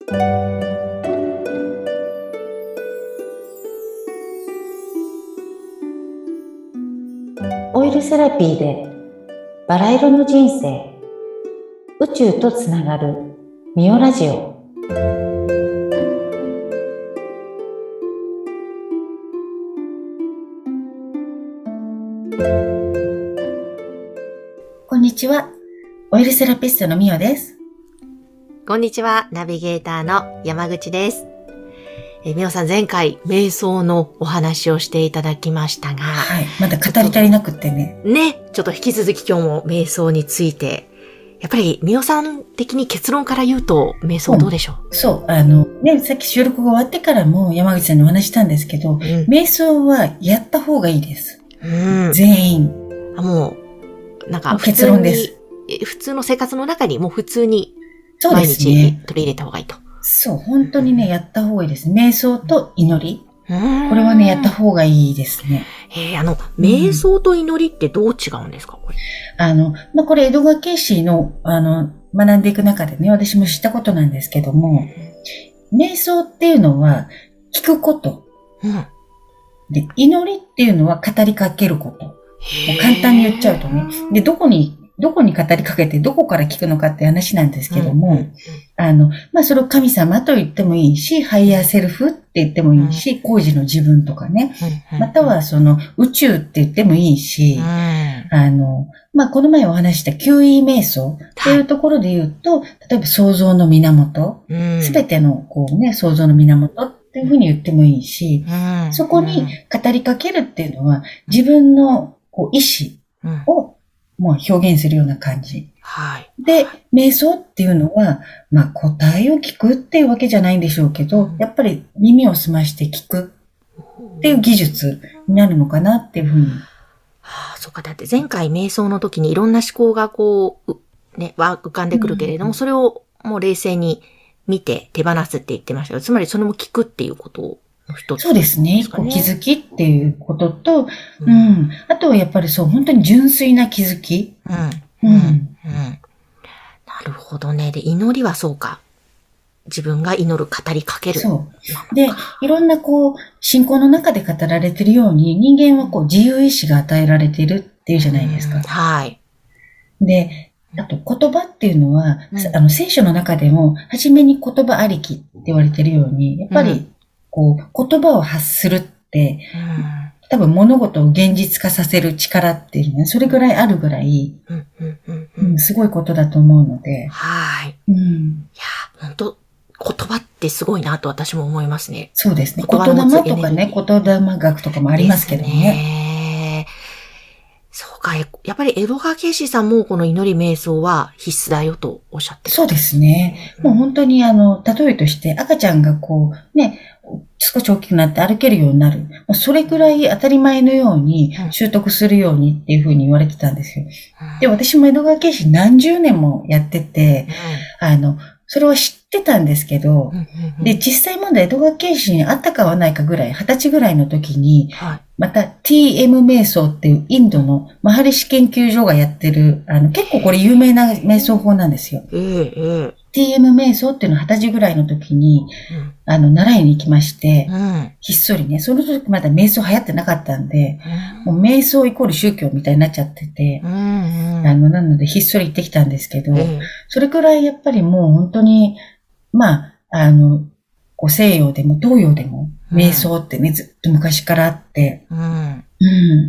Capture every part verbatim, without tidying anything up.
オイルセラピーでバラ色の人生、宇宙とつながるミオラジオ。こんにちは、オイルセラピストのミオです。 こんにちは、ナビゲーターの山口です。えミオさん、前回瞑想のお話をしていただきましたが、 はい、まだ語り足りなくってね。 ね、ちょっと引き続き今日も瞑想について、やっぱりミオさん的に結論から言うと瞑想どうでしょう？ うん、そう、あのね、さっき収録が終わってからも山口さんにお話したんですけど、うん、瞑想はやった方がいいです。うん、全員。 あ、もうなんか結論です。 普通の生活の中にもう普通に毎日取り入れた方がいいと。 そう、本当にね、やった方がいいです。瞑想と祈り。これはね、やった方がいいですね。 えー、あの、瞑想と祈りってどう違うんですか、これ。 あの、まあ、これ、江戸川慶子の、あの、学んでいく中でね、私も知ったことなんですけども、瞑想っていうのは、聞くこと。うん、で、祈りっていうのは語りかけること。もう簡単に言っちゃうとね。で、どこに、どこに語りかけて、どこから聞くのかって話なんですけども、うんうんうん、あの、まあ、それを神様と言ってもいいし、ハイヤーセルフって言ってもいいし、工事の自分とかね、またはその宇宙って言ってもいいし、あの、まあ、この前お話したきゅうい瞑想っていうところで言うと、例えば想像の源、すべてのこうね、想像の源っていうふうに言ってもいいし、そこに語りかけるっていうのは、自分のこう意志をもう表現するような感じ。はい。で、瞑想っていうのは、まあ答えを聞くっていうわけじゃないんでしょうけど、やっぱり耳を澄まして聞くっていう技術になるのかなっていうふうに。 はあ、そっか。だって前回瞑想の時にいろんな思考がこう、ね、浮かんでくるけれども、うん、それをもう冷静に見て手放すって言ってましたが、つまりそれも聞くっていうことを。 そうですね。こう気づきっていうことと、うん、うん。あとはやっぱりそう、本当に純粋な気づき。うん。うん。うん。 なるほどね。で、祈りはそうか。自分が祈る、語りかける。 そう。で、いろんなこう、信仰の中で語られているように、人間はこう、自由意志が与えられているっていうじゃないですか。うん、はい。で、あと言葉っていうのは、うん、あの、聖書の中でも、初めに言葉ありきって言われているように、やっぱり、うんこう、言葉を発するって、うん、多分物事を現実化させる力っていうね、それぐらいあるぐらい、うんうんうんうん、すごいことだと思うので。 はい。うん、いや、本当言葉ってすごいなと私も思いますね。 そうですね。言霊とかね、言霊学とかもありますけどね。ねそうか。やっぱり江戸川慶子さんもこの祈り瞑想は必須だよとおっしゃってる。 そうですね。うん、もう本当にあの、例えとして赤ちゃんがこう、ね、少し大きくなって歩けるようになる。それぐらい当たり前のように習得するようにっていうふうに言われてたんですよ。で、私も江戸川慶子何十年もやってて、あの、それは知ってたんですけど、で、実際問題江戸川慶子にあったかはないかぐらい、二十歳ぐらいの時に、また ティーエム 瞑想っていうインドのマハリシ研究所がやってる、あの、結構これ有名な瞑想法なんですよ。ティーエム 瞑想っていうのは二十歳ぐらいの時に、うん、あの、習いに行きまして、うん、ひっそりね、その時まだ瞑想流行ってなかったんで、うん、もう瞑想イコール宗教みたいになっちゃってて、うんうん、あの、なのでひっそり行ってきたんですけど、うん、それくらいやっぱりもう本当に、まあ、あの、こう西洋でも東洋でも、瞑想ってね、ずっと昔からあって、うん。 うん、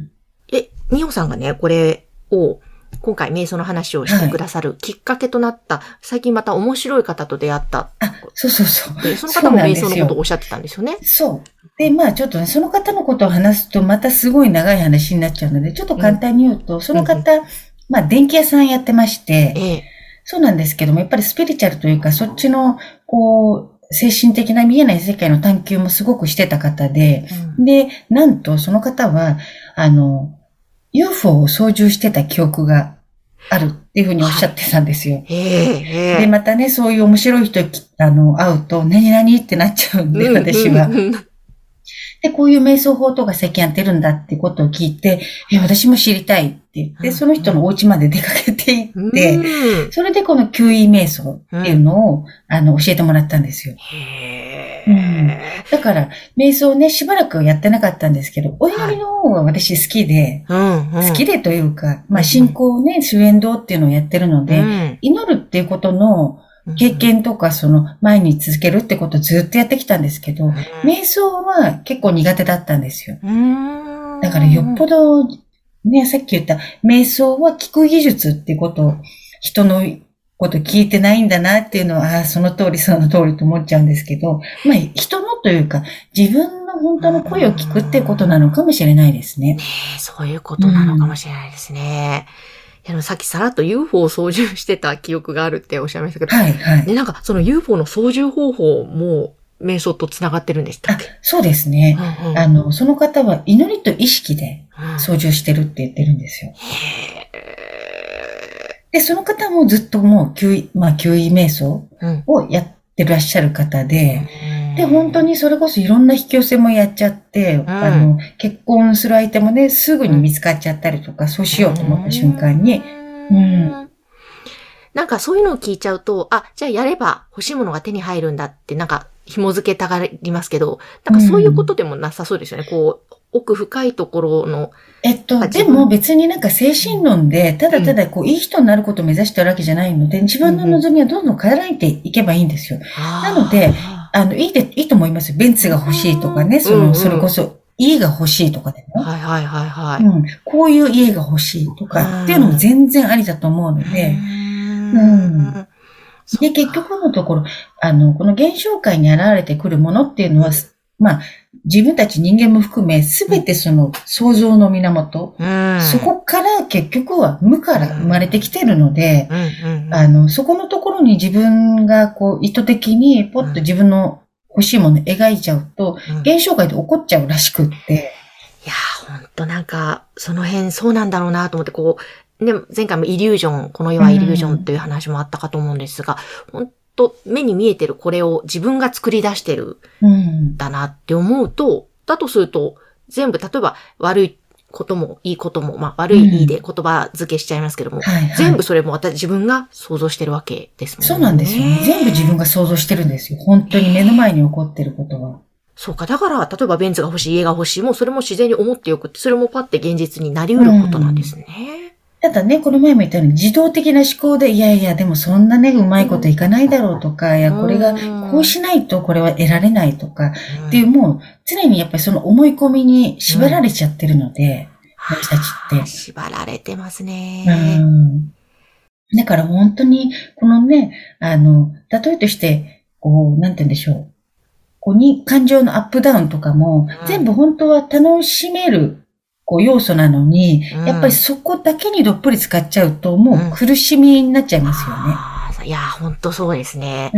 え、みおさんがね、これを、今回瞑想の話をしてくださるきっかけとなった、はい、最近また面白い方と出会った。 あ、そうそうそう。 で、その方も瞑想のことをおっしゃってたんですよね。 そう。で、まあちょっとね、その方のことを話すとまたすごい長い話になっちゃうので、ちょっと簡単に言うと、うん、その方、うん、まあ電気屋さんやってまして、ええ、そうなんですけども、やっぱりスピリチュアルというか、そっちの、こう、精神的な見えない世界の探求もすごくしてた方で、うん、で、なんとその方は、あの、ユーフォー を操縦してた記憶があるっていうふうにおっしゃってたんですよ。はい、で、またね、そういう面白い人、あの、会うと、何々ってなっちゃうんで、私は。 で、こういう瞑想法とか最近やってるんだってことを聞いて、え、私も知りたいって言って、その人のお家まで出かけていって、うん、それでこの吸引瞑想っていうのを、うん、あの、教えてもらったんですよ。へー。うん、だから、瞑想ね、しばらくやってなかったんですけど、お祈りの方が私好きで、はい、好きでというか、まあ、信仰ね、修縁道っていうのをやってるので、うん、祈るっていうことの、経験とか、その、前に続けるってことをずっとやってきたんですけど、うん、瞑想は結構苦手だったんですよ。だからよっぽど、ね、さっき言った、瞑想は聞く技術っていうことを、人のこと聞いてないんだなっていうのは、ああ、その通りその通りと思っちゃうんですけど、まあ、人のというか、自分の本当の声を聞くっていうことなのかもしれないですね。 ねえ、そういうことなのかもしれないですね。うん、さっきさらっと ユーフォー を操縦してた記憶があるっておっしゃいましたけど。はいはい。で、なんかその ユーフォー の操縦方法も瞑想とつながってるんでしたっけ？あ、 そうですね、うんうん。あの、その方は祈りと意識で操縦してるって言ってるんですよ。うん、へー。で、その方もずっともう吸引、まあ吸引瞑想をやってらっしゃる方で、うん、で、本当にそれこそいろんな引き寄せもやっちゃって、うん、あの、結婚する相手もね、すぐに見つかっちゃったりとか、そうしようと思った瞬間に、うん。 なんかそういうのを聞いちゃうと、あ、じゃあやれば欲しいものが手に入るんだって、なんか紐付けたがりますけど、なんかそういうことでもなさそうですよね。うん、こう、奥深いところの。 えっと、でも別になんか精神論で、ただただこう、いい人になることを目指してるわけじゃないので、自分の望みはどんどん変えられていけばいいんですよ。うん、なので、あの、いいで、いいと思いますよ。ベンツが欲しいとかね、その、うんうん、それこそ、家が欲しいとかでも。 はいはいはいはい。 うん。こういう家が欲しいとかっていうのも全然ありだと思うので、うん。で、結局のところ、あの、この現象界に現れてくるものっていうのは、うん、まあ、自分たち人間も含め、すべてその創造の源、うん、そこから結局は無から生まれてきてるので、あの、そこのところに自分がこう意図的にポッと自分の欲しいものを描いちゃうと、うん、現象界で起こっちゃうらしくって。 いやー、ほんとなんか、その辺そうなんだろうなと思って、こう、で、前回もイリュージョン、この世はイリュージョンという話もあったかと思うんですが、本当目に見えてるこれを自分が作り出してるんだなって思うと、うん、だとすると、全部、例えば悪いこともいいことも、まあ悪いいいで言葉付けしちゃいますけども、うんはいはい、全部それも私自分が想像してるわけですもんね。 そうなんですよね。全部自分が想像してるんですよ。本当に目の前に起こってることは。 そうか。だから、例えばベンツが欲しい、家が欲しい、もうそれも自然に思ってよくって、それもパッて現実になり得ることなんですね。 うん、ただね、この前も言ったように自動的な思考で、いやいや、でもそんなね、うまいこといかないだろうとか、いや、これが、こうしないとこれは得られないとか、っていう、もう、常にやっぱりその思い込みに縛られちゃってるので、うん、私たちって。 縛られてますね。 うん。だから本当に、このね、あの、例えとして、こう、なんて言うんでしょう。こうに、感情のアップダウンとかも、うん、全部本当は楽しめる、こう、要素なのに、うん、やっぱりそこだけにどっぷり使っちゃうと、もう苦しみになっちゃいますよね。 うん、いや、本当そうですね。うん、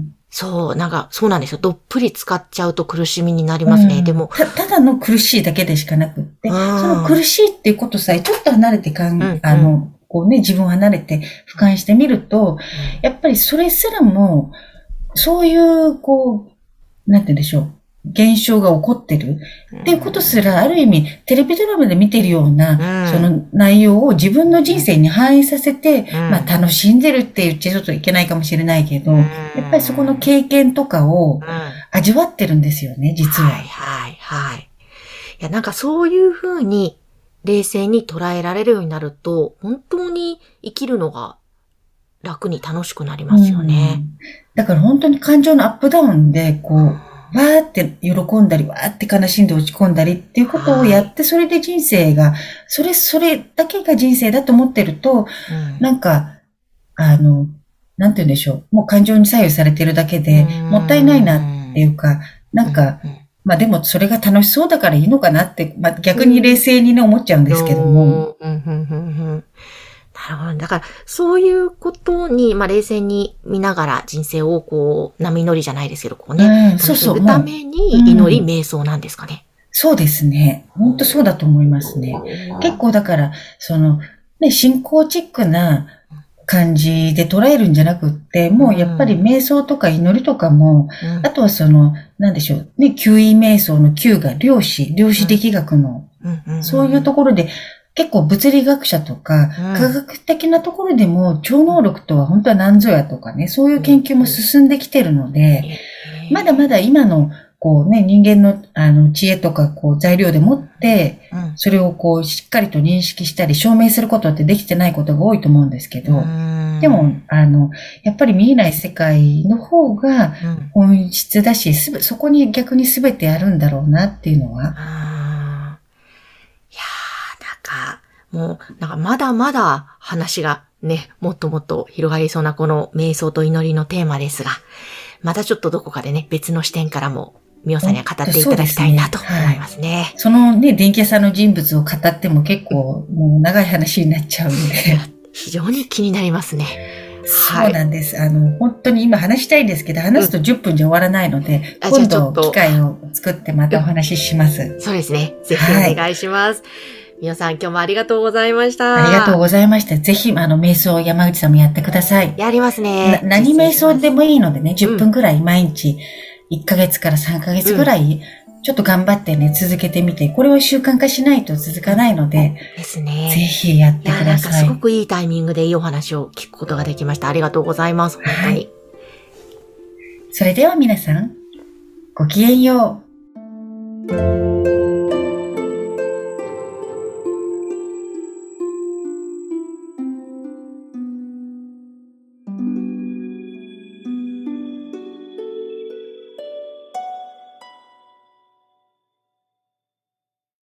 そう、なんか、そうなんですよ。どっぷり使っちゃうと苦しみになりますね。うん、でもた。ただの苦しいだけでしかなくって、その苦しいっていうことさえ、ちょっと離れてかん、うん、あの、こうね、自分を離れて俯瞰してみると、うん、やっぱりそれすらも、そういう、こう、なんて言うんでしょう。現象が起こってる。っていうことすら、ある意味、テレビドラマで見てるような、うん、その内容を自分の人生に反映させて、うん、まあ楽しんでるって言っちゃちょっといけないかもしれないけど、うん、やっぱりそこの経験とかを味わってるんですよね、実は。 はい、はい、はい。いや、なんかそういうふうに冷静に捉えられるようになると、本当に生きるのが楽に楽しくなりますよね。うん、 だから本当に感情のアップダウンで、こう、わーって喜んだり、わーって悲しんで落ち込んだりっていうことをやって、それで人生が、それ、それだけが人生だと思ってると、うん、なんか、あの、なんて言うんでしょう。もう感情に左右されてるだけで、もったいないなっていうか、なんか、うんうん、まあでもそれが楽しそうだからいいのかなって、まあ逆に冷静にね、思っちゃうんですけども。 うんうんうんうんなるほど。だから、そういうことに、まあ、冷静に見ながら人生をこう、波乗りじゃないですけど、こうね、うん、そうそう。楽しむために祈り、瞑想なんですかね。 そうですね。本当そうだと思いますね。結構だから、その、ね、信仰チックな、 感じで捉えるんじゃなくって、もうやっぱり瞑想とか祈りとかも、 うん、 あとはその、なんでしょうね、吸引瞑想の吸が量子、量子力学の、そういうところで、結構物理学者とか、科学的なところでも超能力とは本当は何ぞやとかね、そういう研究も進んできてるので、まだまだ今のこうね、人間のあの知恵とかこう材料でもって、それをこうしっかりと認識したり証明することってできてないことが多いと思うんですけど、でも、あの、やっぱり見えない世界の方が本質だし、すべ、そこに逆に全てあるんだろうなっていうのは。 いやー、なんか、もう、なんかまだまだ話がね、もっともっと広がりそうなこの瞑想と祈りのテーマですが、またちょっとどこかでね、別の視点からも、みおさんには語っていただきたいなと思いますね。はい、 そのね、電気屋さんの人物を語っても結構もう長い話になっちゃうので。 非常に気になりますね。 そうなんです。はい、あの、本当に今話したいんですけど、話すとじゅっぷんじゃ終わらないので、うん、今度機会を作ってまたお話しします。 うん、そうですね。ぜひお願いします。はい、みおさん今日もありがとうございました。 ありがとうございました。ぜひ、あの、瞑想山口さんもやってください。 やりますね。 何瞑想でもいいのでね、じゅっぷんぐらい毎日、いっかげつからさんかげつぐらい、ちょっと頑張ってね、続けてみて、これを習慣化しないと続かないので、 ですね。 ぜひやってください。いや、なんかすごくいいタイミングでいいお話を聞くことができました。ありがとうございます。本当に。はい、 それでは皆さん、ごきげんよう。